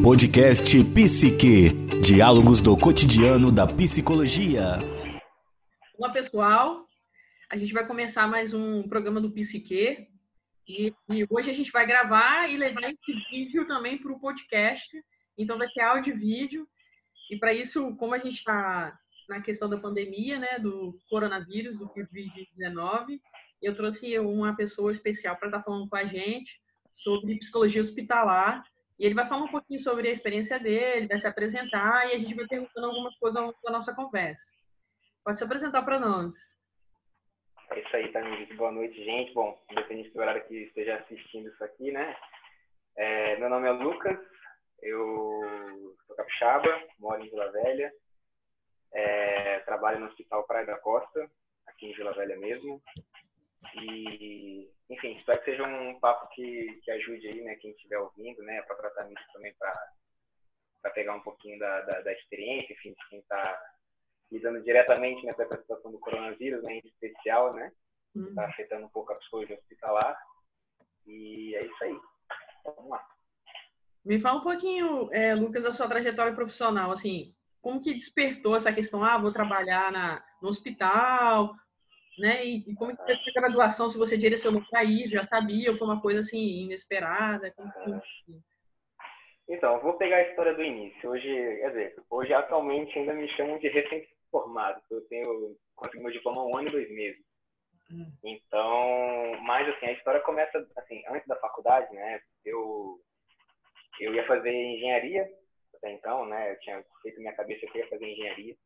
Podcast Psique, diálogos do cotidiano da psicologia. Olá, pessoal. A gente vai começar mais um programa do Psique e hoje a gente vai gravar e levar esse vídeo também para o podcast. Então vai ser áudio e vídeo. E para isso, como a gente está na questão da pandemia, né, do coronavírus, do Covid-19, eu trouxe uma pessoa especial para estar falando com a gente sobre psicologia hospitalar. E ele vai falar um pouquinho sobre a experiência dele, vai se apresentar e a gente vai perguntando algumas coisas ao longo da nossa conversa. Pode se apresentar para nós. É isso aí, Tamires. Boa noite, gente. Bom, independente do horário que esteja assistindo isso aqui, né? Meu nome é Lucas, eu sou capixaba, moro em Vila Velha, trabalho no Hospital Praia da Costa, aqui em Vila Velha mesmo. E, enfim, espero que seja um papo que ajude aí, né, quem estiver ouvindo, né, para tratamento também para pegar um pouquinho da experiência, enfim, de quem está lidando diretamente, né, com essa situação do coronavírus, né, em especial, né, está afetando um pouco a psicologia hospitalar. E é isso aí. Vamos lá. Me fala um pouquinho, Lucas, da sua trajetória profissional, assim, como que despertou essa questão, vou trabalhar no hospital, né, e como que foi essa graduação, se você direcionou para isso, já sabia, ou foi uma coisa, assim, inesperada? Como que... Então, vou pegar a história do início. Hoje atualmente ainda me chamam de recém-formado. Eu consegui meu diploma há 1 ano e 2 meses. Então, mas assim, a história começa assim, antes da faculdade, né? Eu ia fazer engenharia até então, né? Eu tinha feito minha cabeça que eu ia fazer engenharia.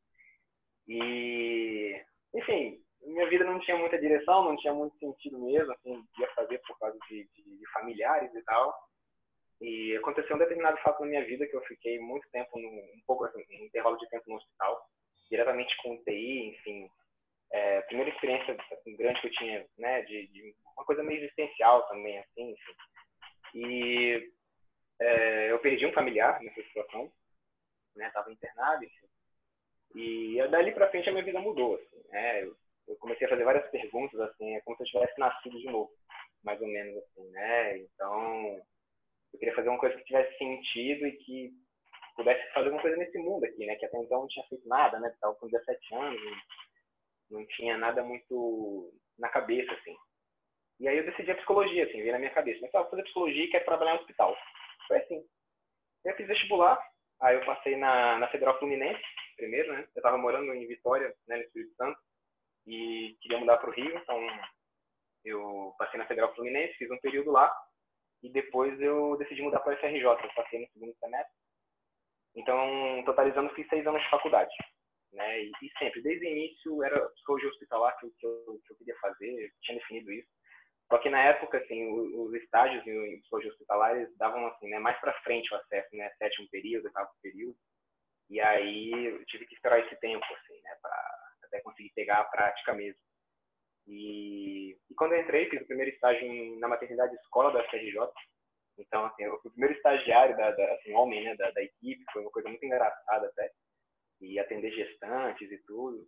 E, enfim, minha vida não tinha muita direção, não tinha muito sentido mesmo, assim, ia fazer por causa de familiares e tal. E aconteceu um determinado fato na minha vida que eu fiquei muito tempo, um pouco assim, um intervalo de tempo no hospital, diretamente com UTI, enfim. Primeira experiência assim, grande que eu tinha, né, de uma coisa meio existencial também, assim, enfim. E eu perdi um familiar nessa situação, né, estava internado, enfim. E dali para frente a minha vida mudou, assim, né, eu comecei a fazer várias perguntas, assim, é como se eu tivesse nascido de novo, mais ou menos assim, né, então eu queria fazer uma coisa que tivesse sentido e que pudesse fazer uma coisa nesse mundo aqui, né, que até então não tinha feito nada, né, estava com 17 anos, não tinha nada muito na cabeça, assim. E aí eu decidi a psicologia, assim, veio na minha cabeça. Mas vou fazer psicologia e quero trabalhar no hospital. Foi assim. Eu fiz vestibular, aí eu passei na Federal Fluminense, primeiro, né? Eu estava morando em Vitória, né, no Espírito Santo, e queria mudar para o Rio, então eu passei na Federal Fluminense, fiz um período lá, e depois eu decidi mudar para a FRJ, eu passei no segundo semestre. Então, totalizando, fiz 6 anos de faculdade. Né? E sempre, desde o início, era psicologia hospitalar que eu queria fazer, eu tinha definido isso. Só que na época, assim, os estágios em psicologia hospitalar, eles davam, assim, né, mais para frente o acesso, né, 7º período, 8º período. E aí eu tive que esperar esse tempo, assim, né, para até conseguir pegar a prática mesmo. E quando eu entrei, fiz o primeiro estágio na maternidade escola da FRJ. Então, assim, eu fui o primeiro estagiário, assim, homem, né, da equipe, foi uma coisa muito engraçada até. E atender gestantes e tudo.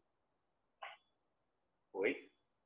Oi?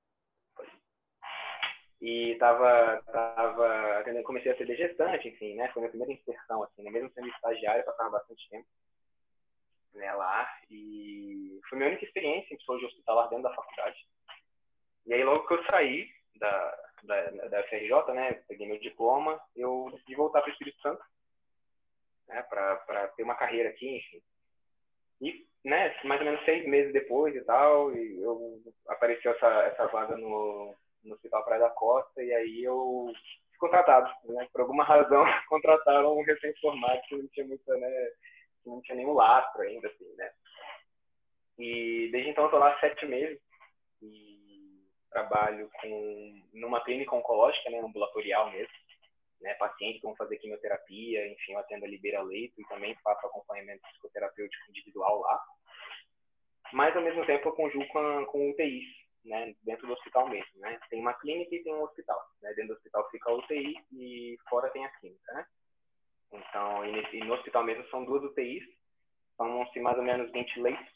E comecei a atender gestante, enfim, né? Foi minha primeira inserção, assim, né? Mesmo sendo estagiário, eu passava bastante tempo, né, lá. E foi minha única experiência em psicologia hospitalar dentro da faculdade. E aí, logo que eu saí da FRJ, né? Peguei meu diploma, eu decidi voltar para o Espírito Santo, né? Para ter uma carreira aqui, enfim. E, né, mais ou menos 6 meses depois e tal, apareceu essa vaga no Hospital Praia da Costa, e aí eu fui contratado, né? Por alguma razão, contrataram um recém-formado que não tinha muita, né, que não tinha nenhum lastro ainda, assim, né. E desde então eu tô lá há 7 meses e trabalho numa clínica oncológica, né, ambulatorial mesmo, né, pacientes que vão fazer quimioterapia, enfim, eu atendo a libera-leito e também faço acompanhamento psicoterapêutico individual lá. Mas, ao mesmo tempo, eu conjugo com UTIs, né, dentro do hospital mesmo, né. Tem uma clínica e tem um hospital, né. Dentro do hospital fica a UTI e fora tem a clínica, né. Então, e no hospital mesmo são 2 UTIs, são mais ou menos 20 leitos.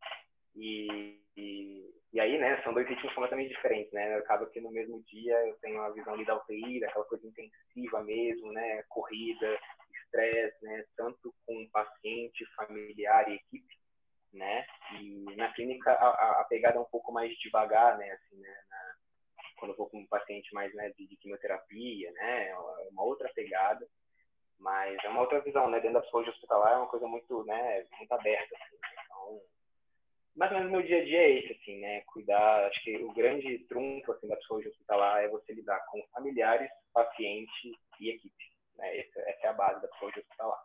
E aí, né, são 2 ritmos completamente diferentes, né? Acaba que no mesmo dia eu tenho a visão ali da UTI, daquela coisa intensiva mesmo, né? Corrida, estresse, né, tanto com o paciente, familiar e equipe, né? E na clínica a pegada é um pouco mais devagar, né? Assim, né? Quando eu vou com um paciente mais, né, de quimioterapia, né? É uma outra pegada, mas é uma outra visão, né? Dentro da psicologia hospitalar é uma coisa muito, né, muito aberta, assim, né? Então, mais ou menos meu dia a dia é esse, assim, né? Cuidar, acho que o grande trunfo, assim, da psicologia hospitalar é você lidar com familiares, paciente e equipe, né? Essa é a base da psicologia hospitalar.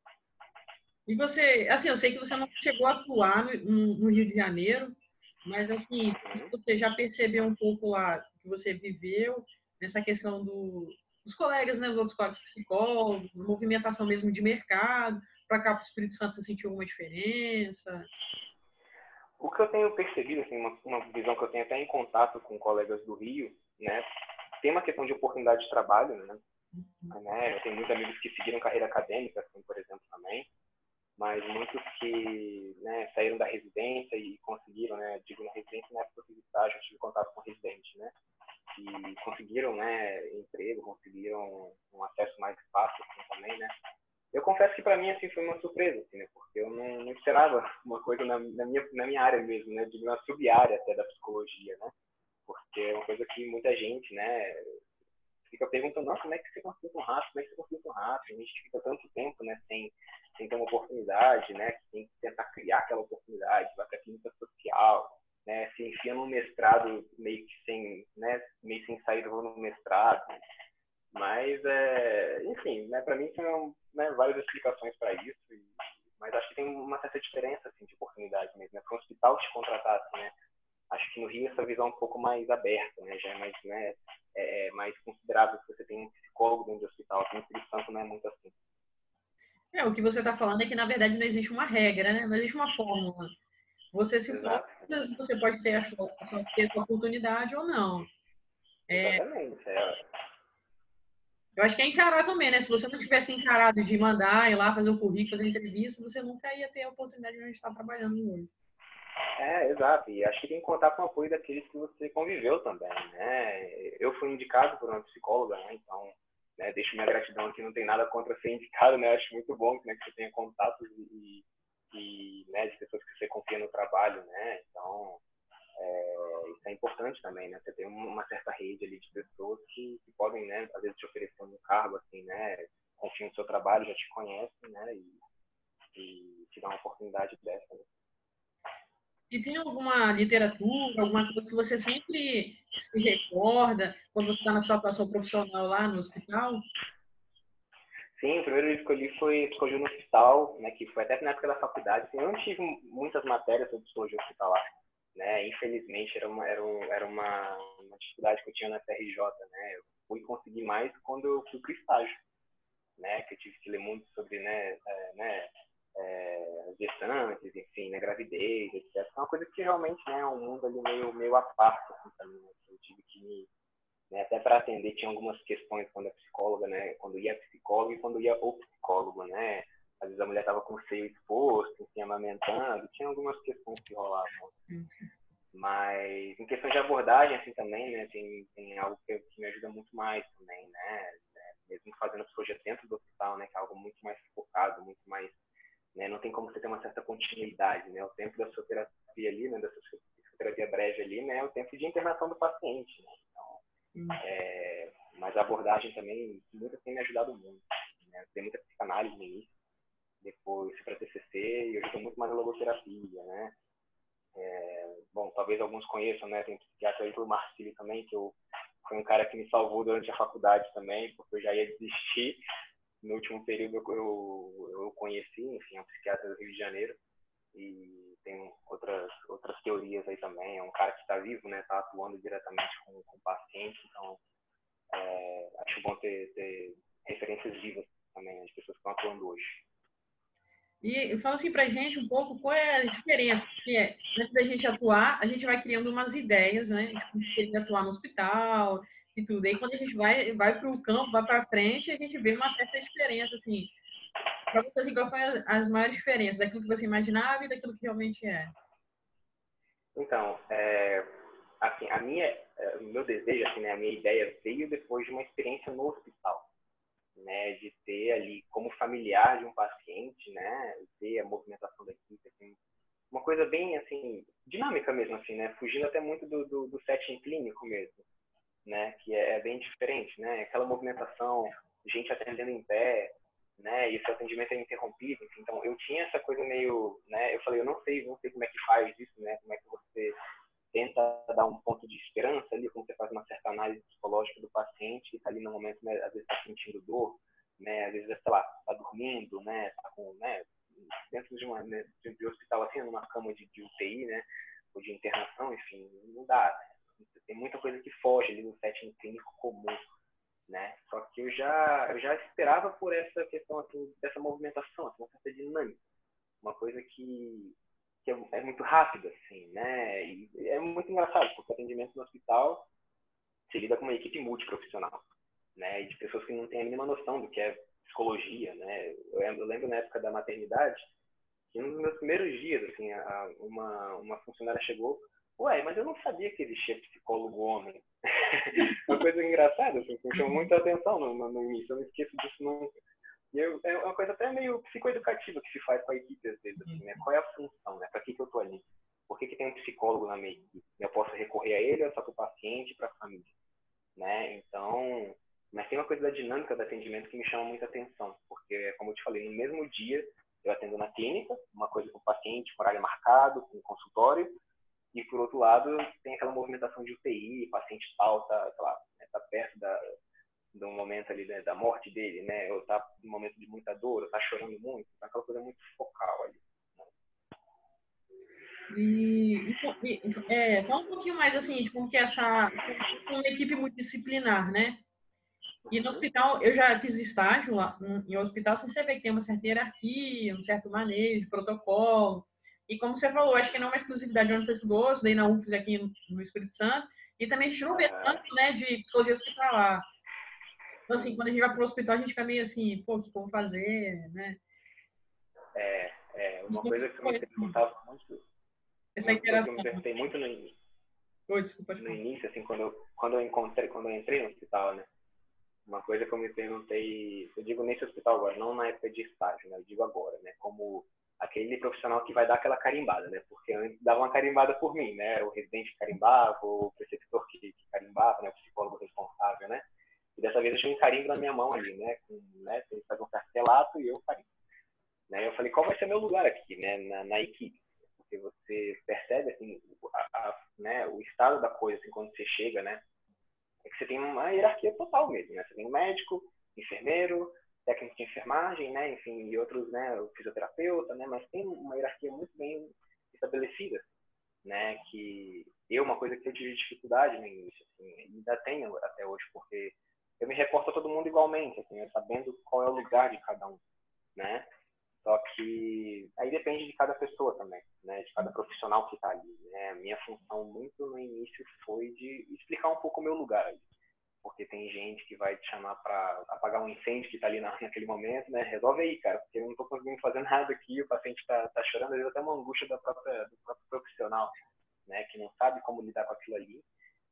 E você, assim, eu sei que você não chegou a atuar no Rio de Janeiro, mas, assim, você já percebeu um pouco lá que você viveu nessa questão dos colegas, né, dos outros colegas psicólogos, movimentação mesmo de mercado, para cá para o Espírito Santo você sentiu alguma diferença? O que eu tenho percebido, assim, uma visão que eu tenho até em contato com colegas do Rio, né, tem uma questão de oportunidade de trabalho, né, eu tenho muitos amigos que seguiram carreira acadêmica, assim, por exemplo, também, mas muitos que, né, saíram da residência e conseguiram, né, digo na residência, na época que eu fiz estágio, eu tive contato com residente, né, e conseguiram, né, emprego, conseguiram um acesso mais fácil, assim, também, né. Eu confesso que para mim, assim, foi uma surpresa, assim, né, porque eu não esperava uma coisa na minha área mesmo, né, de uma sub-área até da psicologia, né, porque é uma coisa que muita gente, né, fica perguntando, nossa, como é que você conseguiu tão rápido, como é que você conseguiu tão rápido? A gente fica tanto tempo, né, sem ter uma oportunidade, né, tem que tentar criar aquela oportunidade, vai para a clínica social, né, se enfia num mestrado meio que sem, né, meio sem sair do mestrado, mas, enfim, né, para mim são, né, várias explicações para isso, mas acho que tem uma certa diferença, assim, de oportunidade mesmo, né, para um hospital te contratar, assim, né, acho que no Rio essa visão é um pouco mais aberta, né, já é mais, né, mais considerável que você tem um psicólogo dentro do hospital, aqui no Espírito Santo não é muito assim. O que você está falando é que, na verdade, não existe uma regra, né? Não existe uma fórmula. Você se for, Exato. você pode ter ter essa oportunidade ou não. Exatamente. Eu acho que é encarar também, né? Se você não tivesse encarado de mandar, ir lá fazer o currículo, fazer a entrevista, você nunca ia ter a oportunidade de a gente estar trabalhando hoje. Exato. E acho que tem que contar com o apoio daqueles que você conviveu também, né? Eu fui indicado por uma psicóloga, né? Então, né, deixo minha gratidão aqui, não tem nada contra ser indicado, né? Acho muito bom, né, que você tenha contatos né, de pessoas que você confia no trabalho, né? Então, isso é importante também, né? Você tem uma certa rede ali de pessoas que podem, né, às vezes te oferecer um cargo, assim, né? Confiam no seu trabalho, já te conhecem, né? E te dá uma oportunidade dessa, né? E tem alguma literatura, alguma coisa que você sempre se recorda quando você está na sua atuação profissional lá no hospital? Sim, o primeiro livro que eu li foi Psicologia no Hospital, né, que foi até na época da faculdade. Assim, eu não tive muitas matérias sobre psicologia hospitalar, né? Infelizmente era uma dificuldade que eu tinha na FRJ, né? Eu fui conseguir mais quando eu fui para o estágio, né? Que eu tive que ler muito sobre, gestantes, enfim, né, gravidez, etc. É uma coisa que realmente, né, é um mundo ali meio à parte, assim, também, né? Eu tive que me, né, até para atender tinha algumas questões quando a psicóloga, né, quando ia a psicóloga e quando ia o psicólogo, né, às vezes a mulher estava com o seio exposto, enfim, amamentando, tinha algumas questões que rolavam. Mas em questão de abordagem, assim, também, né, tem algo que me ajuda muito mais também, né, mesmo fazendo a psicologia dentro do hospital, né, que é algo muito mais focado, muito mais, né, não tem como você ter uma certa continuidade, né, o tempo da sua terapia ali, né, da sua terapia breve ali, né, é o tempo de internação do paciente, né, então, mas a abordagem também, muitas tem me ajudado muito, né, tem muita psicanálise no início, depois fui para TCC e hoje estou muito mais na logoterapia, né. Bom, talvez alguns conheçam, né, tem psiquiatra aí do Marcílio também, que foi um cara que me salvou durante a faculdade também, porque eu já ia desistir. No último período eu conheci, enfim, é um psiquiatra do Rio de Janeiro, e tem outras teorias aí também, é um cara que está vivo, né, está atuando diretamente com o paciente, então acho bom ter referências vivas também, né, de pessoas que estão atuando hoje. E fala assim pra gente um pouco qual é a diferença, porque antes da gente atuar, a gente vai criando umas ideias, né, de como seria atuar no hospital e tudo. Aí quando a gente vai para o campo, vai para frente, a gente vê uma certa diferença, assim. Para você, assim, qual foi as maiores diferenças daquilo que você imaginava e daquilo que realmente é? Então, assim, o meu desejo, assim, né, a minha ideia veio depois de uma experiência no hospital, né, de ter ali como familiar de um paciente, né, ter a movimentação da equipe, assim, uma coisa bem, assim, dinâmica mesmo, assim, né, fugindo até muito do setting clínico mesmo, né, que é bem diferente, né, aquela movimentação, gente atendendo em pé, né, e esse atendimento é interrompido, então eu tinha essa coisa meio, né, eu falei, eu não sei como é que faz isso, né, como é que você tenta dar um ponto de esperança ali, quando você faz uma certa análise psicológica do paciente que está ali no momento, né, às vezes está sentindo dor, né, às vezes, sei lá, está dormindo, né, está com, né, dentro de um hospital assim, numa cama de UTI, né, ou de internação, enfim, não dá, né? Tem muita coisa que foge ali do setting clínico comum, né, só que eu já esperava por essa questão, assim, dessa movimentação, assim, uma certa dinâmica, uma coisa que é muito rápida, assim, né? E é muito engraçado, porque o atendimento no hospital se lida com uma equipe multiprofissional, né? E de pessoas que não têm a mínima noção do que é psicologia, né? Eu lembro na época da maternidade, que um dos meus primeiros dias, assim, uma funcionária chegou, ué, mas eu não sabia que existia psicólogo homem. Uma coisa engraçada, assim, que me chamou muita atenção no início, eu não esqueço disso nunca. É uma coisa até meio psicoeducativa que se faz com a equipe, às vezes, assim, né? Qual é a função, né? Para que eu tô ali? Por que tem um psicólogo na minha equipe? Eu posso recorrer a ele ou só para o paciente e para a família, né? Então, mas tem uma coisa da dinâmica do atendimento que me chama muita atenção, porque, como eu te falei, no mesmo dia eu atendo na clínica, uma coisa com o paciente, com horário marcado, com consultório, e por outro lado tem aquela movimentação de UTI, paciente tal, tá perto do momento ali, né, da morte dele, né, ou tá num momento de muita dor, ou tá chorando muito, tá aquela coisa muito focal ali. Fala um pouquinho mais assim de como que é essa uma equipe multidisciplinar, né? E no hospital, eu já fiz estágio lá em hospital, você vê que tem uma certa hierarquia, um certo manejo, protocolo. E como você falou, acho que não é uma exclusividade de onde você estudou, eu estudei na UFES aqui no Espírito Santo, e também a gente não vê tanto, né, de psicologia hospitalar. Então, assim, quando a gente vai para o hospital, a gente fica meio assim, pô, o que eu vou fazer, né? Uma coisa que eu me perguntava muito, Essa uma coisa que interação. eu me perguntei muito Oi, desculpa, no início, assim, quando eu entrei no hospital, né, uma coisa que eu me perguntei, eu digo nesse hospital agora, não na época de estágio, né, eu digo agora, né, como aquele profissional que vai dar aquela carimbada, né, porque antes dava uma carimbada por mim, né, era o residente que carimbava, o preceptor que carimbava, né, o psicólogo responsável, né, e dessa vez eu tinha um carimbo na minha mão ali, né, ele fazia um certo relato e eu carimbo, né, eu falei, qual vai ser meu lugar aqui, né, na equipe, porque você percebe, assim, né, o estado da coisa, assim, quando você chega, né, é que você tem uma hierarquia total mesmo, né? Você tem um médico, enfermeiro, técnico de enfermagem, né? Enfim, e outros, né? O fisioterapeuta, né? Mas tem uma hierarquia muito bem estabelecida, né? Que uma coisa que eu tive dificuldade no início, assim, ainda tenho até hoje, porque eu me reporto a todo mundo igualmente, assim, sabendo qual é o lugar de cada um, né? Só que aí depende de cada pessoa também, né? De cada profissional que está ali, né? A minha função muito no início foi de explicar um pouco o meu lugar ali. Porque tem gente que vai te chamar para apagar um incêndio que está ali naquele momento, né? Resolve aí, cara, porque eu não estou conseguindo fazer nada aqui, o paciente está chorando, às vezes até uma angústia do próprio profissional, né? Que não sabe como lidar com aquilo ali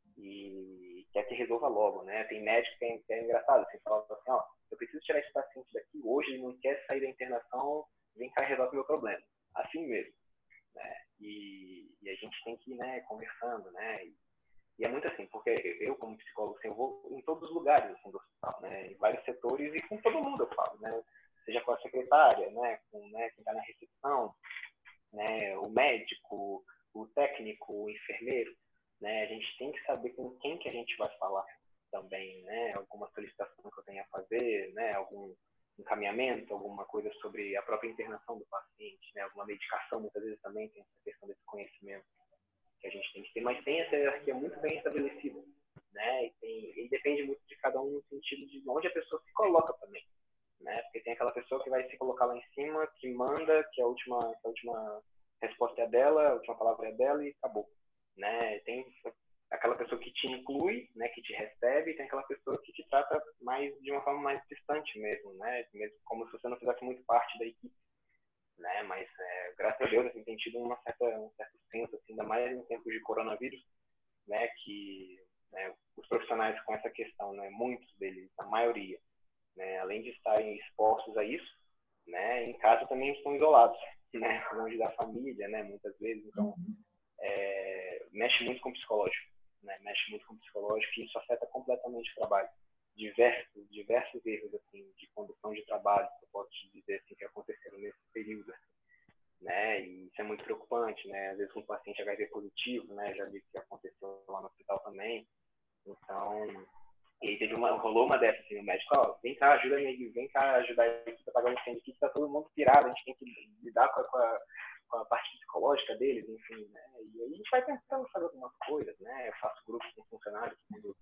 e quer que resolva logo, né? Tem médico que é engraçado, assim, fala assim, ó, eu preciso tirar esse paciente daqui hoje, ele não quer sair da internação, vem cá e resolve meu problema. Assim mesmo, né? E a gente tem que ir, né, conversando, né? E é muito assim, porque eu como psicólogo, assim, eu vou em todos os lugares assim, do hospital, né? Em vários setores e com todo mundo eu falo, né? Seja com a secretária, né? Com, né, quem está na recepção, né? O médico, o técnico, o enfermeiro, né? A gente tem que saber com quem que a gente vai falar também, né? Alguma solicitação que eu tenha a fazer, né? Algum encaminhamento, alguma coisa sobre a própria internação do paciente, né? Alguma medicação, muitas vezes também tem essa questão desse conhecimento que a gente tem que ter, mas tem essa hierarquia muito bem estabelecida, né? E depende muito de cada um no sentido de onde a pessoa se coloca também, né? Porque tem aquela pessoa que vai se colocar lá em cima, que manda, que a última resposta é dela, a última palavra é dela e acabou, né? Tem aquela pessoa que te inclui, né? Que te recebe, e tem aquela pessoa que te trata mais de uma forma mais distante mesmo, né? Mesmo como se você não fizesse muito parte da equipe, né? Mas graças a Deus assim, tem tido um certo senso, assim, ainda mais em tempos de coronavírus, né? Que, né, os profissionais com essa questão, né? Muitos deles, a maioria, né? Além de estarem expostos a isso, né? Em casa também estão isolados, né? Longe da família, né? Muitas vezes, então mexe muito com o psicológico, né? Mexe muito com o psicológico e isso afeta completamente o trabalho. Diversos erros assim de condução de trabalho, eu posso te dizer assim que aconteceram nesse período, né? E isso é muito preocupante, né? Às vezes com um paciente HIV positivo, né? Já vi que aconteceu lá no hospital também. Então, e aí rolou uma dessas, assim, o médico, ó, vem cá, ajuda a minha, vem cá ajudar a equipe a pagar o incêndio aqui, que tá todo mundo pirado, a gente tem que lidar com a parte psicológica deles, enfim, né? E aí a gente vai tentando fazer algumas coisas, né? Eu faço grupos com funcionários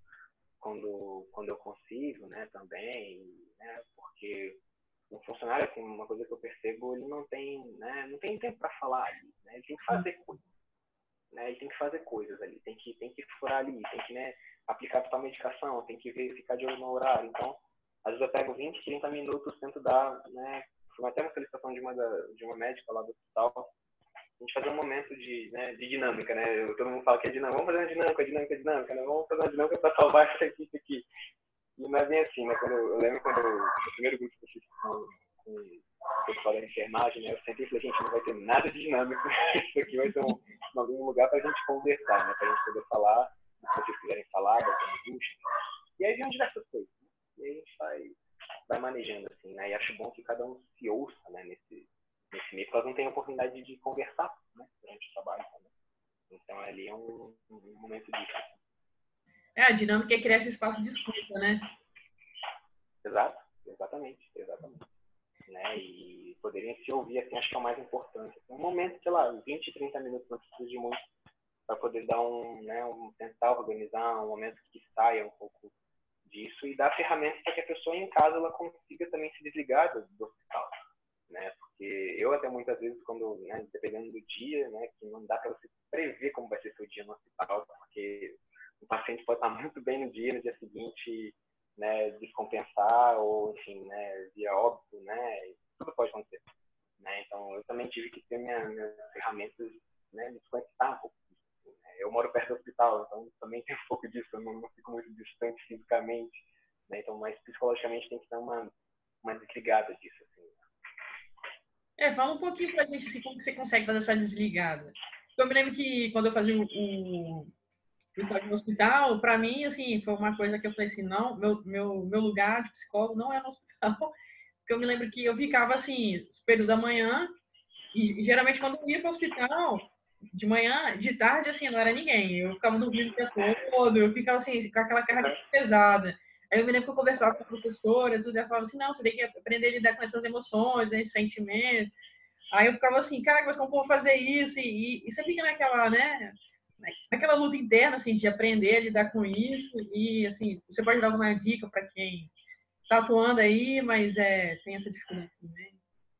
quando eu consigo, né, também, né? Porque um funcionário, assim, uma coisa que eu percebo, ele não tem, né, não tem tempo para falar ali, né? Ele tem que fazer coisas, né? Ele tem que fazer coisas ali, tem que furar ali, tem que, né, aplicar a medicação, tem que ficar de olho no horário. Então, às vezes eu pego 20, 30 minutos, tento dar, né, foi até uma solicitação de uma médica lá do hospital, a gente fazer um momento de dinâmica, né? Todo mundo fala que é dinâmica, vamos fazer uma dinâmica, né? Vamos fazer uma dinâmica para salvar essa equipe aqui. E não é bem assim, né? Eu lembro no primeiro grupo que eu fiz com o pessoal da enfermagem, né? Eu sempre falei, gente, não vai ter nada de dinâmico. Isso aqui vai ser um lugar para a gente conversar, né? Para a gente poder falar, se vocês quiserem falar, das angústias. E aí vem diversas coisas, né? E aí a gente vai manejando, assim, né? E acho bom que cada um se ouça, né? Nesse meio, porque elas não têm a oportunidade de conversar, né? Durante o trabalho também. Então ali é um momento disso. A dinâmica é criar esse espaço de escuta, né? Exatamente. Né? E poderem se ouvir, assim, acho que é o mais importante. Um momento, sei lá, 20, 30 minutos, não precisa de muito, para poder dar tentar organizar um momento que saia um pouco disso e dar ferramentas para que a pessoa em casa ela consiga também se desligar do hospital, né? Porque eu até muitas vezes, quando, né, dependendo do dia, né, que não dá para você prever como vai ser seu dia no hospital, porque o paciente pode estar muito bem no dia seguinte, né, descompensar ou, enfim, né, via óbito, né, tudo pode acontecer, né? Então eu também tive que ter minhas ferramentas, né, me desconectar um pouco disso, né? Eu moro perto do hospital, então também tem um pouco disso, eu não fico muito distante fisicamente, né? Então, mas psicologicamente tem que dar uma desligada disso, assim. Fala um pouquinho pra gente assim, como que você consegue fazer essa desligada. Eu me lembro que quando eu fazia o estágio no hospital, para mim, assim, foi uma coisa que eu falei assim, não, meu lugar de psicólogo não é no hospital, porque eu me lembro que eu ficava, assim, no período da manhã, e geralmente quando eu ia para o hospital, de manhã, de tarde, assim, não era ninguém, eu ficava dormindo o dia todo, eu ficava, assim, com aquela carga pesada. Aí eu me lembro que eu conversava com a professora, tudo, ela falava assim, não, você tem que aprender a lidar com essas emoções, né, esses sentimentos. Aí eu ficava assim, cara, mas como eu vou fazer isso? E você fica naquela, né, naquela luta interna, assim, de aprender a lidar com isso. E, assim, você pode dar alguma dica para quem está atuando aí, mas tem essa dificuldade também?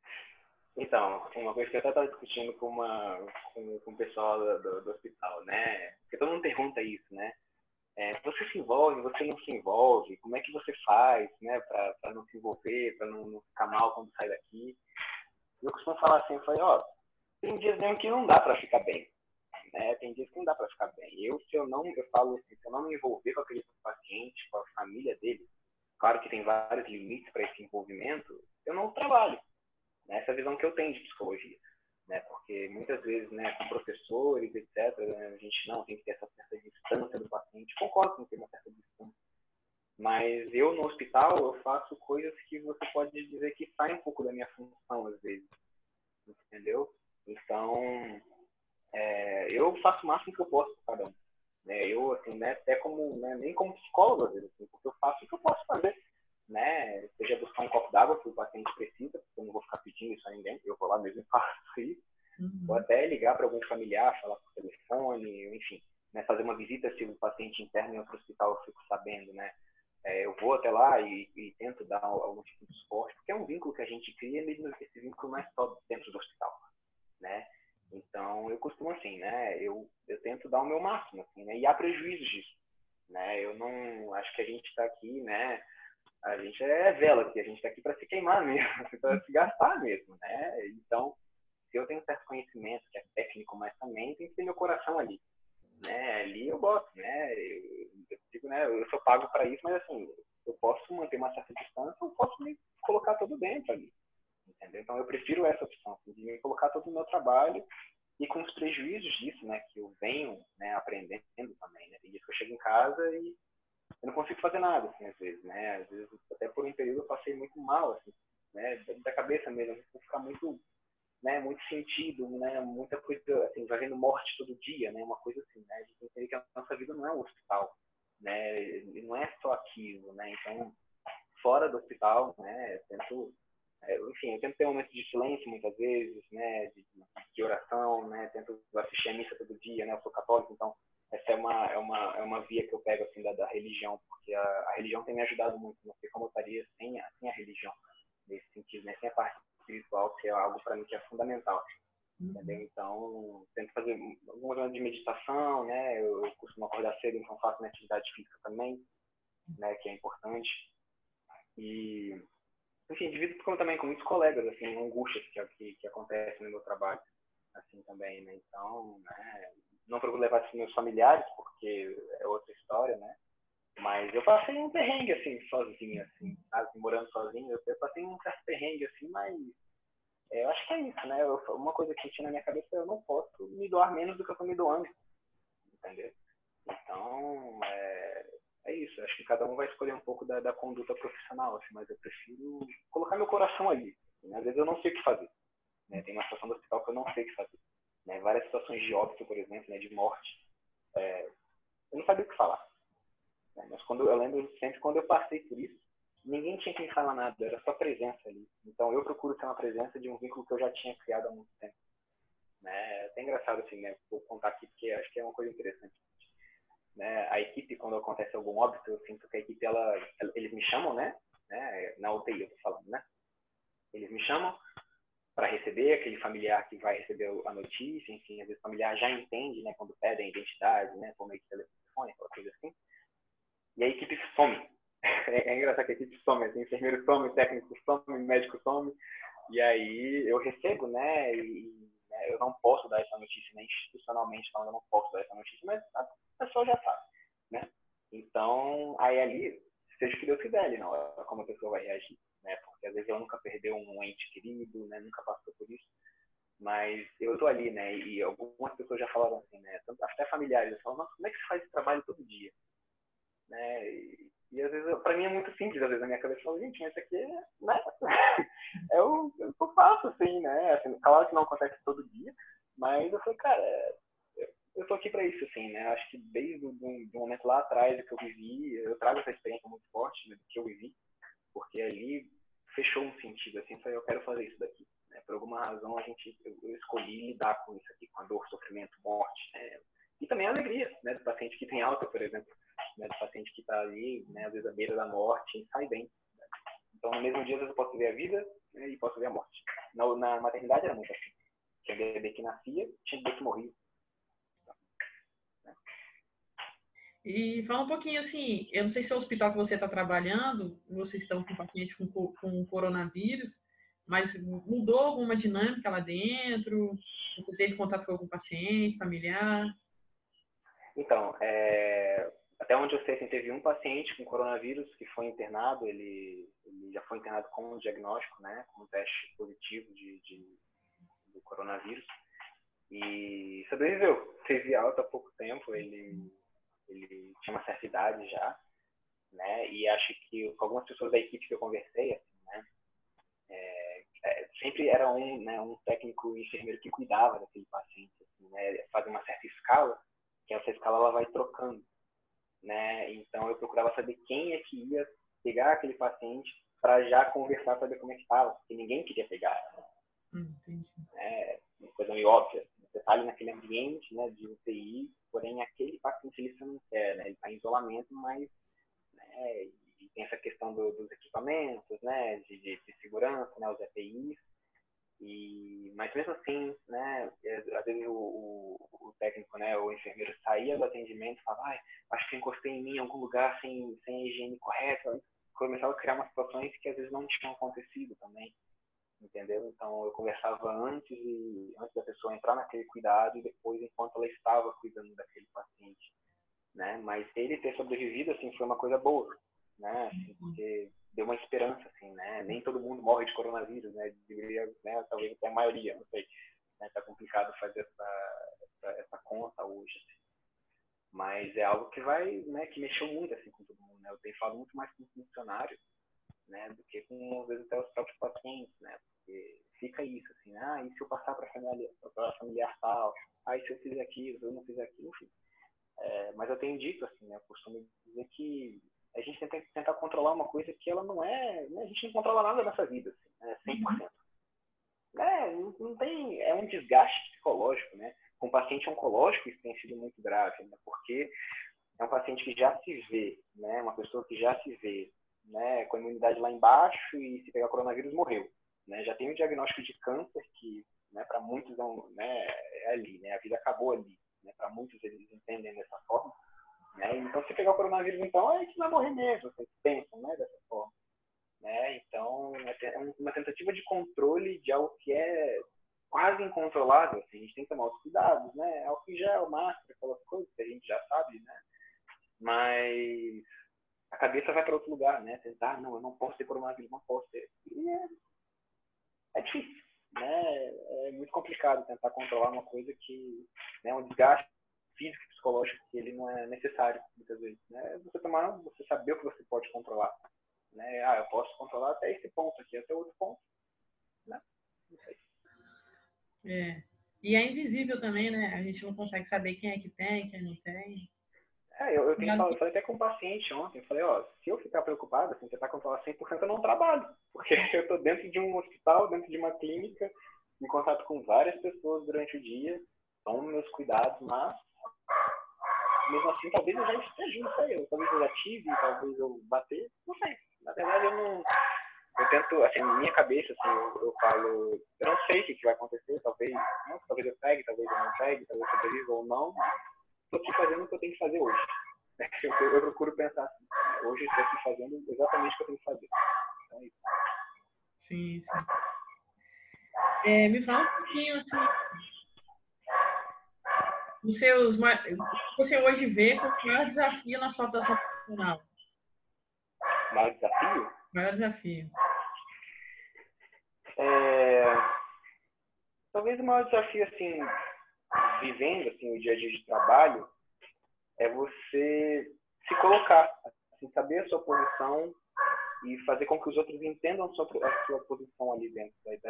Então, uma coisa que eu até estava discutindo com o pessoal do hospital, né? Porque todo mundo pergunta isso, né? Você se envolve, você não se envolve? Como é que você faz, né? Para não se envolver, para não ficar mal quando sai daqui? Eu costumo falar assim, eu falei, ó, tem dias mesmo que não dá para ficar bem, né? Tem dias que não dá para ficar bem. Eu falo assim, se eu não me envolver com aquele paciente, com a família dele, claro que tem vários limites para esse envolvimento, eu não trabalho. Essa visão que eu tenho de psicologia, né? Porque muitas vezes, né, com professores, etc., né, a gente não tem que ter essa certa distância do paciente. Concordo com ter uma certa distância. Mas eu, no hospital, eu faço coisas que você pode dizer que saem um pouco da minha função, às vezes. Entendeu? Então, eu faço o máximo que eu posso para cada um. Eu, assim, né, até como, né, nem como psicólogo, às vezes, assim, porque eu faço o que eu posso fazer. Né? Seja buscar um copo d'água que o paciente precisa, porque eu não vou ficar pedindo isso a ninguém, eu vou lá mesmo e faço isso. Ou até ligar para algum familiar, falar por telefone, enfim, né? Fazer uma visita se o paciente interno em outro hospital eu fico sabendo, né? Eu vou até lá e tento dar algum tipo de suporte, porque é um vínculo que a gente cria, mesmo esse vínculo não é só dentro do hospital, né? Então, eu costumo assim, né? Eu tento dar o meu máximo, assim, né? E há prejuízos disso, né? Eu não acho que a gente está aqui, né? A gente é vela aqui, a gente está aqui para se queimar mesmo, para se gastar mesmo, né? Então, se eu tenho certo conhecimento, que é técnico, mas também tem que ter meu coração ali, né? Ali eu gosto, né? Eu digo, né? Eu sou pago para isso, mas assim, Eu posso manter uma certa distância, eu posso me colocar todo dentro ali, entendeu? Então, eu prefiro essa opção, assim, de me colocar todo no meu trabalho e com os prejuízos disso, né, que eu venho, né, aprendendo também, né? Tem dias que eu chego em casa e eu não consigo fazer nada, assim, às vezes, né? Às vezes, até por um período, eu passei muito mal, assim, né? Da cabeça mesmo, eu ficar muito, né, muito sentido, né? Muita coisa, assim, vai vendo morte todo dia, né? Uma coisa assim, né? A gente tem que entender que a nossa vida não é um hospital, né? E não é só aquilo, né? Então, fora do hospital, né? Enfim, eu tento ter momentos de silêncio muitas vezes, né? De oração, né? Tento assistir a missa todo dia, né? Eu sou católico, então essa é uma via que eu pego assim da religião, porque a religião tem me ajudado muito. Não sei como eu estaria sem a religião nesse sentido, né? Sem a parte espiritual, que é algo para mim que é fundamental. Entendeu? Então, tento fazer algumas horas de meditação, né? Eu costumo acordar cedo, então faço minha atividade física também, né? Que é importante. E, enfim, divido também com muitos colegas, assim, angústias que acontecem no meu trabalho, assim, também, né? Então, né? Não procuro levar isso para meus familiares, porque é outra história, né? Mas eu passei um perrengue, assim, sozinho, assim, sabe? Morando sozinho, eu passei um certo perrengue, assim, mas eu acho que é isso, né? Uma coisa que tinha na minha cabeça, eu não posso me doar menos do que eu estou me doando, entendeu? Então, é isso. Acho que cada um vai escolher um pouco da conduta profissional, assim, mas eu prefiro colocar meu coração ali. Assim, às vezes eu não sei o que fazer, né? Tem uma situação do hospital que eu não sei o que fazer, né? Várias situações de óbito, por exemplo, né? De morte. Eu não sabia o que falar, né? Mas eu lembro sempre quando eu passei por isso, ninguém tinha que me falar nada, era só presença ali. Então eu procuro ser uma presença de um vínculo que eu já tinha criado há muito tempo, né? É até engraçado assim, né? Vou contar aqui porque acho que é uma coisa interessante, né? A equipe, quando acontece algum óbito, eu sinto que a equipe, eles me chamam, né? Na UTI eu tô falando, né? Eles me chamam para receber aquele familiar que vai receber a notícia, enfim, às vezes o familiar já entende, né? Quando pedem a identidade, né? Por meio de telefone, aquela coisa assim. E a equipe some. É engraçado que a equipe some, assim, enfermeiro some, técnico some, médico some. E aí eu recebo, né? Né, eu não posso dar essa notícia, né? Institucionalmente falando, eu não posso dar essa notícia, mas a pessoa já sabe, né? Então, aí ali, seja o que Deus quiser ali na hora, como a pessoa vai reagir, né? Porque às vezes ela nunca perdeu um ente querido, né? Nunca passou por isso. Mas eu tô ali, né? E algumas pessoas já falaram assim, né? Até familiares, já falam, nossa, como é que você faz esse trabalho todo dia? Né? E às vezes, para mim é muito simples, às vezes na minha cabeça eu falo, gente, mas isso aqui, né? É o que eu faço, assim, né? Assim, claro que não acontece todo dia, mas eu falei, cara, eu tô aqui para isso, assim, né? Acho que desde o momento lá atrás que eu vivi, eu trago essa experiência muito forte, né, do que eu vivi, porque ali fechou um sentido, assim, foi eu quero fazer isso daqui, né? Por alguma razão eu escolhi lidar com isso aqui, com a dor, sofrimento, morte, né? E também a alegria, né, do paciente que tem alta, por exemplo, né, do paciente que está ali, né, às vezes à beira da morte, e sai bem. Né? Então, no mesmo dia, às vezes eu posso ver a vida, né, e posso ver a morte. Na maternidade era muito assim. Tinha bebê que nascia, tinha bebê que morria. E fala um pouquinho assim, eu não sei se é o hospital que você está trabalhando, vocês estão com paciente com coronavírus, mas mudou alguma dinâmica lá dentro? Você teve contato com algum paciente, familiar? Então, até onde eu sei, assim, teve um paciente com coronavírus que foi internado, ele já foi internado com um diagnóstico, né, com um teste positivo do coronavírus, e sobreviveu. Teve alta há pouco tempo, ele tinha uma certa idade já, né, e acho que com algumas pessoas da equipe que eu conversei, assim, né, sempre era um técnico enfermeiro que cuidava daquele paciente, assim, né, fazia uma certa escala, que essa escala ela vai trocando, né? Então eu procurava saber quem é que ia pegar aquele paciente para já conversar, saber como é que estava, porque ninguém queria pegar, Entendi. né? Uma coisa meio óbvia. Você está ali naquele ambiente, né, de UTI, porém aquele paciente ele você não quer, né? Ele está em isolamento, mas, né, e tem essa questão dos equipamentos, né, de segurança, né, os EPIs. Mas mesmo assim, né, às vezes o técnico, né, o enfermeiro saía do atendimento e falava, acho que eu encostei em mim em algum lugar sem a higiene correta. Começava a criar umas situações que às vezes não tinham acontecido também, entendeu? Então eu conversava antes da pessoa entrar naquele cuidado e depois enquanto ela estava cuidando daquele paciente, né? Mas ele ter sobrevivido, assim, foi uma coisa boa, né? Assim, porque deu uma esperança, assim, né? Nem todo mundo morre de coronavírus, né? Deveria, né? Talvez até a maioria, não sei. Né? Tá complicado fazer essa conta hoje, assim. Mas é algo que vai, né? Que mexeu muito, assim, com todo mundo, né? Eu tenho falado muito mais com funcionários, né? Do que com, às vezes, até os próprios pacientes, né? Porque fica isso, assim, e se eu passar para familiar tal? E se eu fizer aquilo, se eu não fizer aquilo, enfim. Mas eu tenho dito, assim, né? Eu costumo dizer que a gente tenta tentar controlar uma coisa que ela não é... Né? A gente não controla nada nessa vida, assim, né? 100%. Não tem... É um desgaste psicológico, né? Com o paciente oncológico isso tem sido muito grave, né? Porque é um paciente que já se vê, né? Uma pessoa que já se vê, né? Com a imunidade lá embaixo e se pegar coronavírus morreu, né? Já tem o diagnóstico de câncer que, né? Para muitos né? É ali, né? A vida acabou ali, né? Para muitos eles entendem dessa forma, né? Então se pegar o coronavírus então é que vai morrer mesmo, vocês pensam, né? Dessa forma, né? Então é uma tentativa de controle de algo que é quase incontrolável, assim. A gente tem que tomar os cuidados, né? Álcool em gel, máscara, aquelas coisas que a gente já sabe, né? Mas a cabeça vai para outro lugar, né? Tentar, não, eu não posso ter coronavírus, não posso ter. E é difícil, né? É muito complicado tentar controlar uma coisa que é um desgaste físico e psicológico que ele não é necessário, muitas vezes, né? Você saber o que você pode controlar, né? Eu posso controlar até esse ponto aqui, até outro ponto, né? Não sei. E é invisível também, né? A gente não consegue saber quem é que tem, quem não tem. Eu falei até com um paciente ontem, eu falei, se eu ficar preocupado, assim, tentar controlar 100%, eu não trabalho, porque eu estou dentro de um hospital, dentro de uma clínica, em contato com várias pessoas durante o dia, tomo meus cuidados, mas mesmo assim, talvez eu já esteja, não sei, talvez eu já tive, talvez eu bater, não sei. Na verdade, eu tento, assim, na minha cabeça, assim, eu falo, eu não sei o que vai acontecer, talvez eu pegue, talvez eu não pegue, talvez eu sobreviva ou não, mas estou aqui fazendo o que eu tenho que fazer hoje. Eu procuro pensar assim, hoje estou aqui fazendo exatamente o que eu tenho que fazer. Então é isso. Sim. Me fala um pouquinho, assim, você hoje vê como o maior desafio na sua atuação profissional? Maior desafio? Maior desafio. Talvez o maior desafio, assim, vivendo assim, o dia a dia de trabalho, é você se colocar, assim, saber a sua posição e fazer com que os outros entendam a sua posição ali dentro da equipe.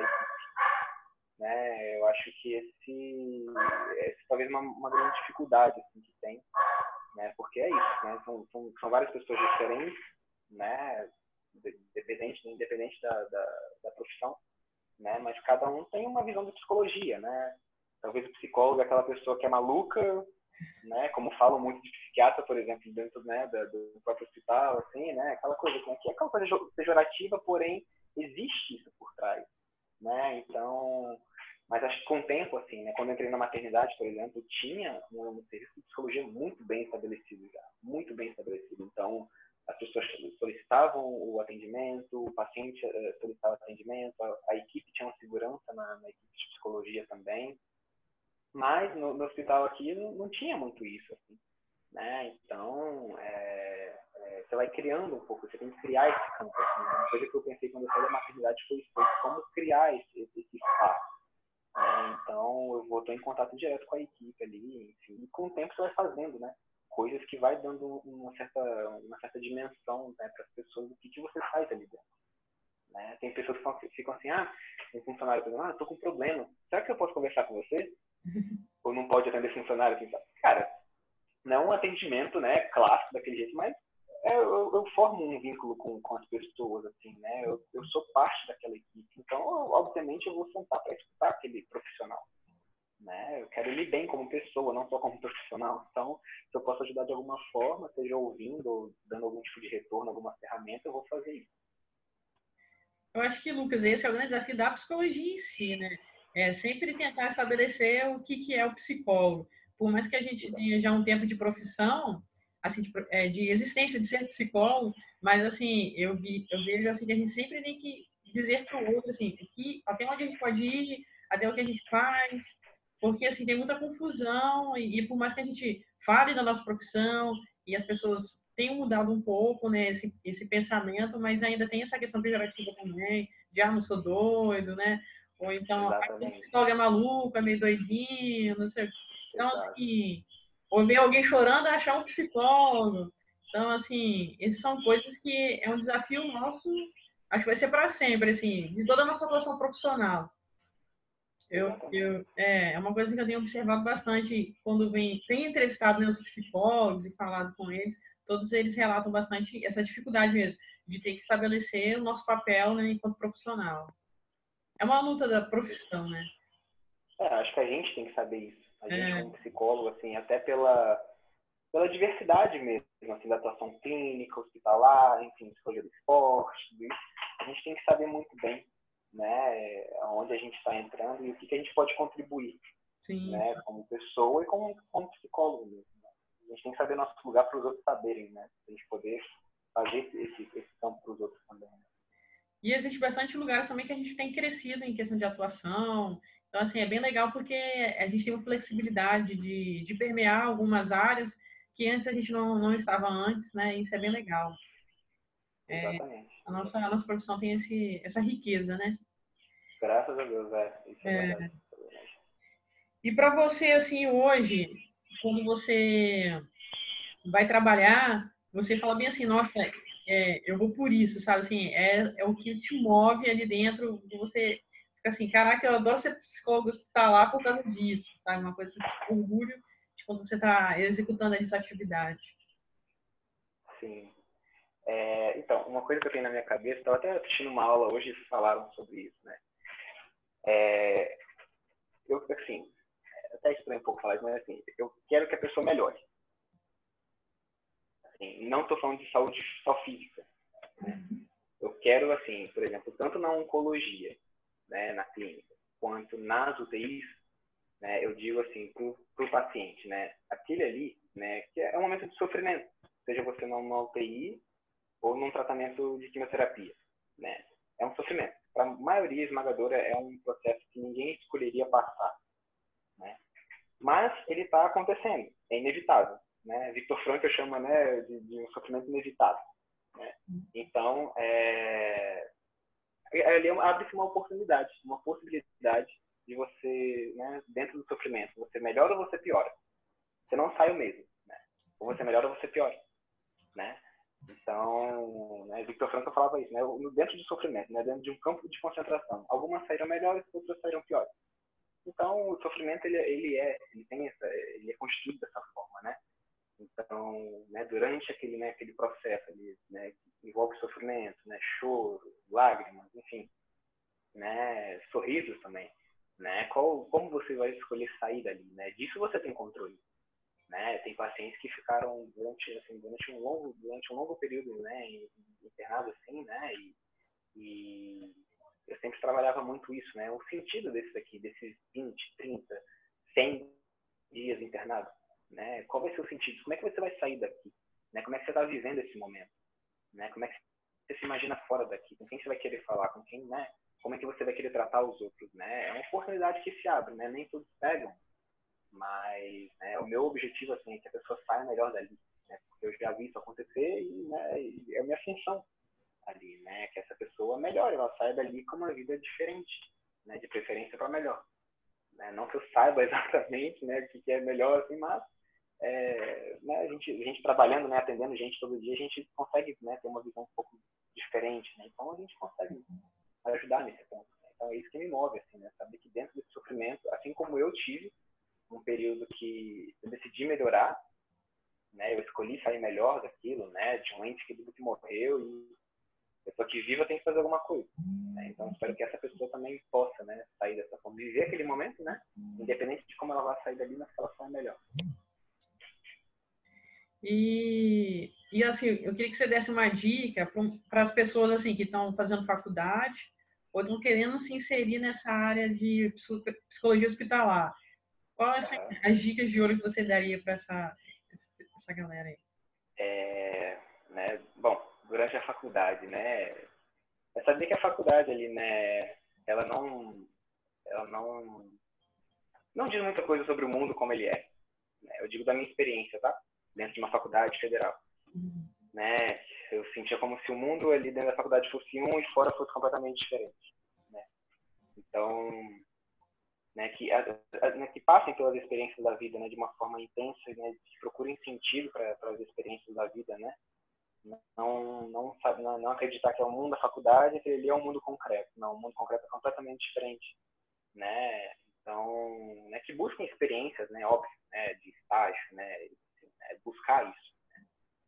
Né? Eu acho que esse talvez uma grande dificuldade assim, que tem, né? Porque é isso, né? São várias pessoas diferentes, né? Independente da profissão, né? Mas cada um tem uma visão de psicologia, né? Talvez o psicólogo é aquela pessoa que é maluca, né? Como falam muito de psiquiatra, por exemplo, dentro, né, do próprio hospital, assim, né? Aquela coisa que é aquela coisa pejorativa, porém existe isso por trás, né? Então, mas acho que com o tempo, assim, né? Quando eu entrei na maternidade, por exemplo, tinha um serviço de psicologia muito bem estabelecido já, muito bem estabelecido. Então, as pessoas solicitavam o atendimento, o paciente solicitava atendimento, a equipe tinha uma segurança na equipe de psicologia também. Mas no hospital aqui não tinha muito isso, assim, né? Então, você vai criando um pouco, você tem que criar esse campo. Assim, né? Uma coisa que eu pensei quando eu saí da maternidade foi como criar esse espaço. Né? Então, eu estou em contato direto com a equipe ali, enfim, e com o tempo você vai fazendo, né? Coisas que vai dando uma certa dimensão, né, para as pessoas do que você faz ali dentro. Né? Tem pessoas que ficam assim, um funcionário falando, eu tô com um problema, será que eu posso conversar com você? Ou não pode atender funcionário? Assim, cara, não é um atendimento, né, clássico daquele jeito, mas eu formo um vínculo com as pessoas, assim, né? Eu sou parte daquela equipe, então, obviamente, eu vou sentar para escutar aquele profissional. Né? Eu quero ir bem como pessoa, não só como profissional. Então, se eu posso ajudar de alguma forma, seja ouvindo ou dando algum tipo de retorno, alguma ferramenta, eu vou fazer isso. Eu acho que, Lucas, esse é o grande desafio da psicologia em si, né? É sempre tentar estabelecer o que é o psicólogo. Por mais que a gente tenha já um tempo de profissão, assim, de existência de ser psicólogo, mas, assim, eu vejo assim, que a gente sempre tem que dizer para o outro, assim, até onde a gente pode ir, até o que a gente faz, porque, assim, tem muita confusão e por mais que a gente fale da nossa profissão e as pessoas tem mudado um pouco, né, esse pensamento, mas ainda tem essa questão pejorativa também, de não sou doido, né? Ou então, o Exatamente. psicólogo é maluco, é meio doidinho, não sei. Então, Exato. assim, ou ver alguém chorando, achar um psicólogo. Então, assim, essas são coisas que é um desafio nosso, acho que vai ser para sempre, assim, de toda a nossa atuação profissional. É uma coisa que eu tenho observado bastante quando tem entrevistado, né, os psicólogos e falado com eles, todos eles relatam bastante essa dificuldade mesmo, de ter que estabelecer o nosso papel, né, enquanto profissional. É uma luta da profissão, né? Acho que a gente tem que saber isso. A gente, É, como psicólogo, assim, até pela diversidade mesmo, assim, da atuação clínica, hospitalar, enfim, psicologia do esporte, tudo isso, a gente tem que saber muito bem, né, onde a gente está entrando e o que a gente pode contribuir, sim. né, como pessoa e como psicólogo mesmo. Né? A gente tem que saber nosso lugar para os outros saberem, né, para a gente poder fazer esse campo para os outros também. Né? E existe bastante lugares também que a gente tem crescido em questão de atuação. Então, assim, é bem legal porque a gente tem uma flexibilidade de permear algumas áreas que antes a gente não estava antes, né? Isso é bem legal. Exatamente. A nossa profissão tem essa riqueza, né? Graças a Deus, isso é verdade. E para você, assim, hoje, quando você vai trabalhar, você fala bem assim, nossa, eu vou por isso, sabe? Assim, é o que te move ali dentro, você fica assim, caraca, eu adoro ser psicólogo hospitalar por causa disso, sabe? Uma coisa assim, orgulho de quando você está executando ali sua atividade. Sim. Então, uma coisa que eu tenho na minha cabeça, estava até assistindo uma aula hoje e falaram sobre isso, né? Eu, assim, até estranho um pouco falar isso, mas assim, eu quero que a pessoa melhore. Assim, não estou falando de saúde só física. Né? Eu quero, assim, por exemplo, tanto na oncologia, né, na clínica, quanto nas UTIs, né, eu digo assim para o paciente, né, aquele ali, né, que é um momento de sofrimento, seja você numa UTI ou num tratamento de quimioterapia, né, é um sofrimento. Para a maioria esmagadora é um processo que ninguém escolheria passar, né, mas ele está acontecendo, é inevitável, né. Viktor Frankl chama, né, de um sofrimento inevitável, né. Então, ali abre-se uma oportunidade, uma possibilidade de você, né, dentro do sofrimento, você melhora ou você piora. Você não sai o mesmo, né? Ou você melhora ou você piora, né? Então, né, Viktor Frankl falava isso, né? Dentro do sofrimento, né, dentro de um campo de concentração, algumas saíram melhores, outras saíram piores. Então, o sofrimento ele é construído dessa forma, né? Então, né, durante aquele processo ali, né, que envolve sofrimento, né, choro, lágrimas, enfim, né, sorrisos também, né, como você vai escolher sair dali, né? Disso você tem controle, né? Tem pacientes que ficaram durante um longo período, né, internados assim, né, e eu sempre trabalhava muito isso, né? O sentido desses 20, 30, 100 dias internados, né? Qual vai ser o sentido? Como é que você vai sair daqui? Né? Como é que você está vivendo esse momento? Né? Como é que você se imagina fora daqui? Com quem você vai querer falar? Com quem, né? Como é que você vai querer tratar os outros? Né? É uma oportunidade que se abre, né? Nem todos pegam, mas né, o meu objetivo assim, é que a pessoa saia melhor dali, né? Porque eu já vi isso acontecer e é a minha função ali, né? Que essa pessoa melhore, ela saia dali com uma vida diferente, né? De preferência para melhor. Né? Não que eu saiba exatamente, né, o que é melhor, assim, mas né, a gente trabalhando, né, atendendo gente todo dia, a gente consegue, né, ter uma visão um pouco diferente, né? Então a gente consegue ajudar nesse ponto. Né? Então é isso que me move, assim, né? Saber que dentro desse sofrimento, assim como eu tive um período que eu decidi melhorar, né? Eu escolhi sair melhor daquilo, né? De um ente querido que morreu e a pessoa que viva tem que fazer alguma coisa. Né? Então, espero que essa pessoa também possa, né, sair dessa forma, viver aquele momento, né? Independente de como ela vai sair dali, mas que ela saia melhor. E assim, eu queria que você desse uma dica para as pessoas assim que estão fazendo faculdade ou estão querendo se inserir nessa área de psicologia hospitalar. Quais são as dicas de ouro que você daria para essa galera aí? Né, bom, durante a faculdade, né, é saber que a faculdade ali, né, ela não diz muita coisa sobre o mundo como ele é. Né? Eu digo da minha experiência, tá? Dentro de uma faculdade federal. né? Eu sentia como se o mundo ali dentro da faculdade fosse um e fora fosse completamente diferente, né? Então, né, que passem pelas experiências da vida, né, de uma forma intensa, né, que procurem sentido para as experiências da vida, né? Não acreditar que é o mundo da faculdade e que ele é um mundo concreto. Não, o mundo concreto é completamente diferente, né? Então, né, que busquem experiências, né, óbvio, né, de estágio, né, buscar isso, né?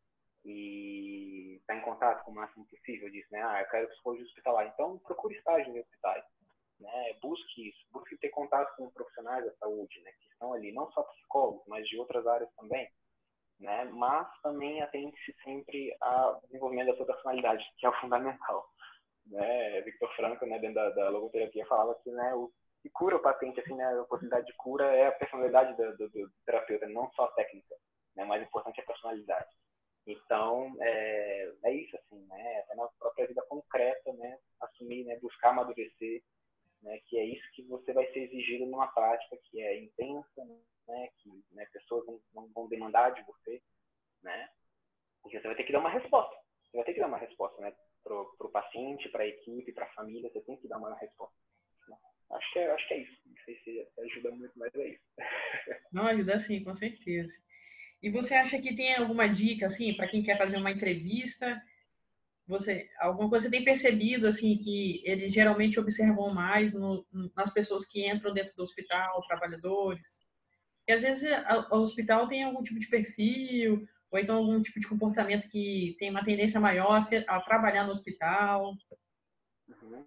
E estar em contato com o máximo possível disso, né? Eu quero psicologia hospitalar, então procure estágio em hospitais, né? Busque isso, busque ter contato com profissionais da saúde, né, que estão ali, não só psicólogos, mas de outras áreas também, né? Mas também atente-se sempre ao desenvolvimento da sua personalidade, que é o fundamental, né? Viktor Frankl, né, dentro da logoterapia, falava que, né, o que cura o paciente, assim, né, a possibilidade de cura é a personalidade do terapeuta, não só a técnica, né? Mais importante é a personalidade. Então, é isso, assim, né? Até na própria vida concreta, né? Assumir, né? Buscar amadurecer, né? Que é isso que você vai ser exigido numa prática que é intensa, né? Que, né, pessoas não vão demandar de você, né? Porque você vai ter que dar uma resposta. Você vai ter que dar uma resposta, né? Pro paciente, para a equipe, para a família, você tem que dar uma resposta, né? Acho que é isso. Não sei se ajuda muito, mas é isso. Não, ajuda sim, com certeza. E você acha que tem alguma dica, assim, para quem quer fazer uma entrevista? Alguma coisa você tem percebido, assim, que eles geralmente observam mais nas pessoas que entram dentro do hospital, trabalhadores? E às vezes o hospital tem algum tipo de perfil, ou então algum tipo de comportamento que tem uma tendência maior a trabalhar no hospital. Uhum.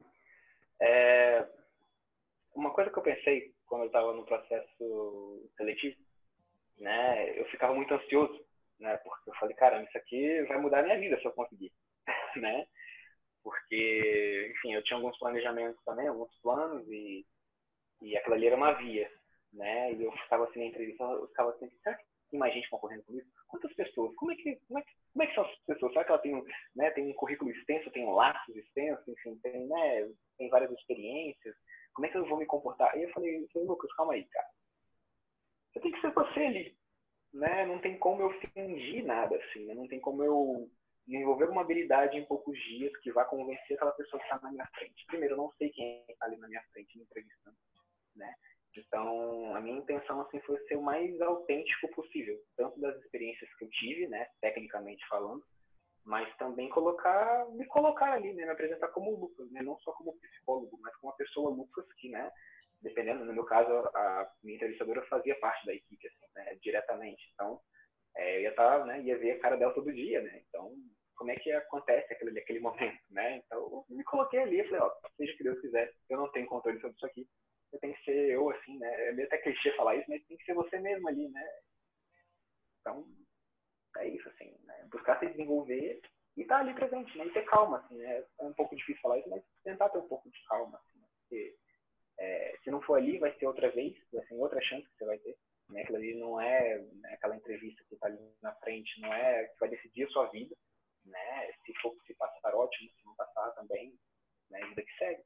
Uma coisa que eu pensei quando eu estava no processo seletivo, né, eu ficava muito ansioso, né, porque eu falei, cara, isso aqui vai mudar a minha vida se eu conseguir, né, porque, enfim, eu tinha alguns planejamentos também, alguns planos, e aquilo ali era uma via, né, e eu ficava assim na entrevista, eu ficava assim, será que tem mais gente concorrendo comigo? Quantas pessoas? Como é que são as pessoas? Será que ela tem, né, tem um currículo extenso, tem laços extensos, enfim, tem, né, tem várias experiências? Como é que eu vou me comportar? Aí eu falei, Lucas, calma aí, cara. Você tem que ser você ali, né? Não tem como eu fingir nada, assim, né? Não tem como eu desenvolver uma habilidade em poucos dias que vá convencer aquela pessoa que está na minha frente. Primeiro, eu não sei quem está ali na minha frente me entrevistando, né? Então, a minha intenção, assim, foi ser o mais autêntico possível, tanto das experiências que eu tive, né, tecnicamente falando, mas também me colocar ali, né, me apresentar como Lucas, né, não só como psicólogo, mas como uma pessoa Lucas que, né, dependendo, no meu caso, a minha entrevistadora fazia parte da equipe, assim, né, diretamente, então, eu ia estar, né, ia ver a cara dela todo dia, né, então, como é que acontece aquele momento, né, então, eu me coloquei ali e falei, ó, seja o que Deus quiser, eu não tenho controle sobre isso aqui, eu tenho que ser eu, assim, né, é meio até clichê falar isso, mas tem que ser você mesmo ali, né, então, é isso, assim, né? Buscar se desenvolver e estar ali presente, né? E ter calma, assim, né? É um pouco difícil falar isso, mas tentar ter um pouco de calma, assim, né? Porque se não for ali, vai ser outra vez, vai ser outra chance que você vai ter, né? Aquilo ali não é, né, aquela entrevista que está ali na frente, não é que vai decidir a sua vida, né? Se passar, ótimo, se não passar também, né? Vida que segue.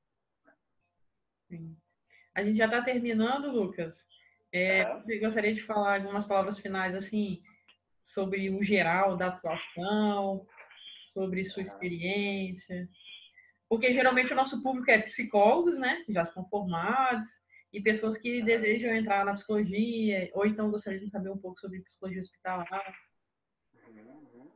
Sim. A gente já está terminando, Lucas. Uhum. Eu gostaria de falar algumas palavras finais, assim, sobre o geral da atuação, sobre sua experiência. Porque geralmente o nosso público é psicólogos, né? Já estão formados, e pessoas que desejam entrar na psicologia, ou então gostariam de saber um pouco sobre psicologia hospitalar. Uhum.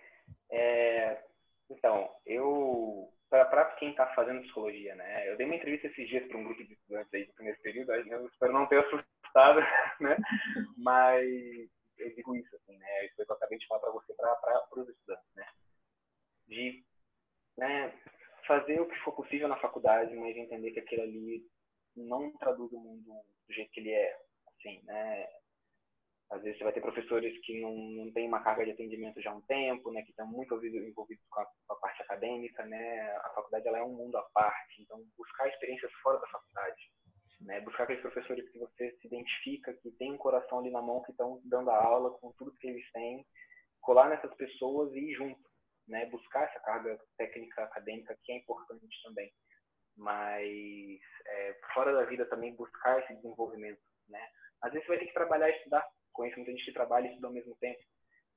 Então, para quem está fazendo psicologia, né? Eu dei uma entrevista esses dias para um grupo de estudantes aí do primeiro período, eu espero não ter assustado, né? Mas eu digo isso, assim, né? Isso foi o que eu acabei de falar para você, para os estudantes, né? De, né, fazer o que for possível na faculdade, mas entender que aquilo ali não traduz o mundo do jeito que ele é, assim, né? Às vezes você vai ter professores que não têm uma carga de atendimento já há um tempo, né, que estão muito envolvidos com a parte acadêmica, né? A faculdade ela é um mundo à parte, então buscar experiências fora da faculdade, né? Buscar aqueles professores que você se identifica, que tem um coração ali na mão, que estão dando a aula com tudo que eles têm, colar nessas pessoas e ir junto, né? Buscar essa carga técnica acadêmica que é importante também, mas fora da vida também buscar esse desenvolvimento, né? Às vezes você vai ter que trabalhar e estudar. Conheço muita gente que trabalha e estuda ao mesmo tempo,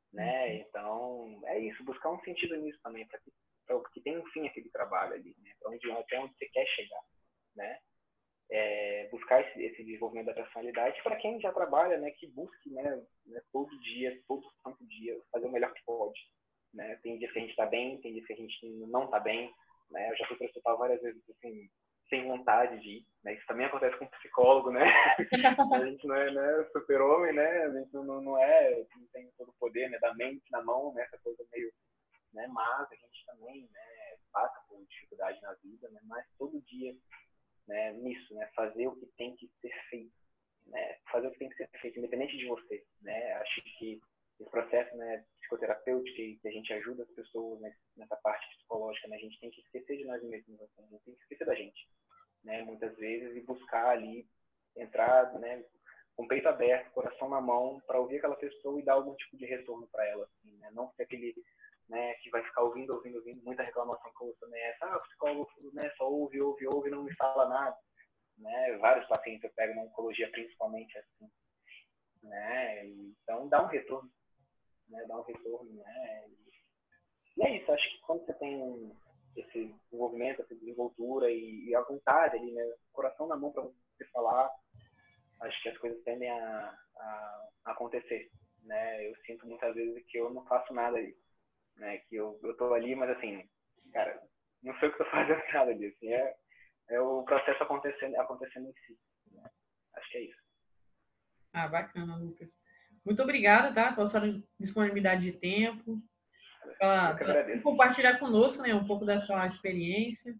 né? Então, é isso, buscar um sentido nisso também, para que tenha um fim aquele trabalho ali, né? Até onde você quer chegar, né? Buscar esse desenvolvimento da personalidade para quem já trabalha, né? Que busque, né? Todo dia, todo santo dia, fazer o melhor que pode, né? Tem dias que a gente está bem, tem dias que a gente não está bem, né? Eu já fui para o hospital várias vezes, assim, sem vontade de ir, né? Isso também acontece com um psicólogo, né? A gente não é, né, super-homem, né? A gente não tem todo o poder, né, da mente na mão, né? Essa coisa meio, né? Mas a gente também, né, passa por dificuldade na vida, né? Mas todo dia, né, nisso, né? Fazer o que tem que ser feito, né? Fazer o que tem que ser feito, independente de você, né? Acho que esse processo, né, psicoterapêutico que a gente ajuda as pessoas, né, nessa parte psicológica, né? A gente tem que esquecer de nós mesmos, assim, a gente tem que esquecer da gente, né? Muitas vezes e buscar ali entrar, né, com o peito aberto, coração na mão, para ouvir aquela pessoa e dar algum tipo de retorno para ela, assim, né? Não ser aquele, né, que vai ficar ouvindo, muita reclamação com você, né? O psicólogo, né, só ouve, não me fala nada, né? Vários pacientes eu pego na oncologia principalmente assim, né? Então dá um retorno, né? Dá um retorno, né? E é isso, acho que quando você tem esse desenvolvimento, essa desenvoltura e a vontade ali, né? Coração na mão para você falar, acho que as coisas tendem a acontecer, né? Eu sinto muitas vezes que eu não faço nada ali, né? Que eu tô ali, mas assim, cara, não sei o que eu tô fazendo nada ali, assim, é o processo acontecendo em si, né? Acho que é isso. Ah, bacana, Lucas. Muito obrigada, tá? Pela sua disponibilidade de tempo, Eu que por agradeço. compartilhar conosco, né, um pouco da sua experiência.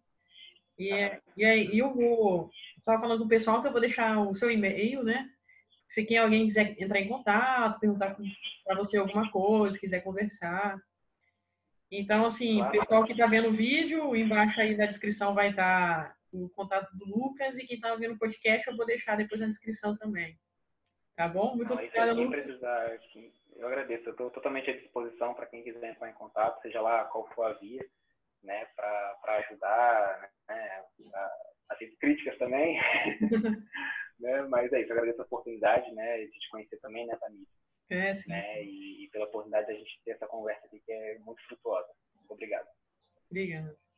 E aí eu vou só falando com o pessoal que eu vou deixar o seu e-mail, né? Se quem alguém quiser entrar em contato, perguntar para você alguma coisa, quiser conversar. Então, assim, Claro. pessoal que está vendo o vídeo, embaixo aí na descrição vai estar o contato do Lucas e quem está vendo o podcast eu vou deixar depois na descrição também. Tá bom? Muito Não, é isso aí. obrigada, Quem Lucas. precisar, eu agradeço. Eu estou totalmente à disposição para quem quiser entrar em contato, seja lá qual for a via, né, para ajudar, né, a ter críticas também, né, mas é isso. Eu agradeço a oportunidade, né, de te conhecer também, né, Tamir, Sim. né, e pela oportunidade de a gente ter essa conversa aqui que é muito frutuosa. Muito obrigado. Obrigada.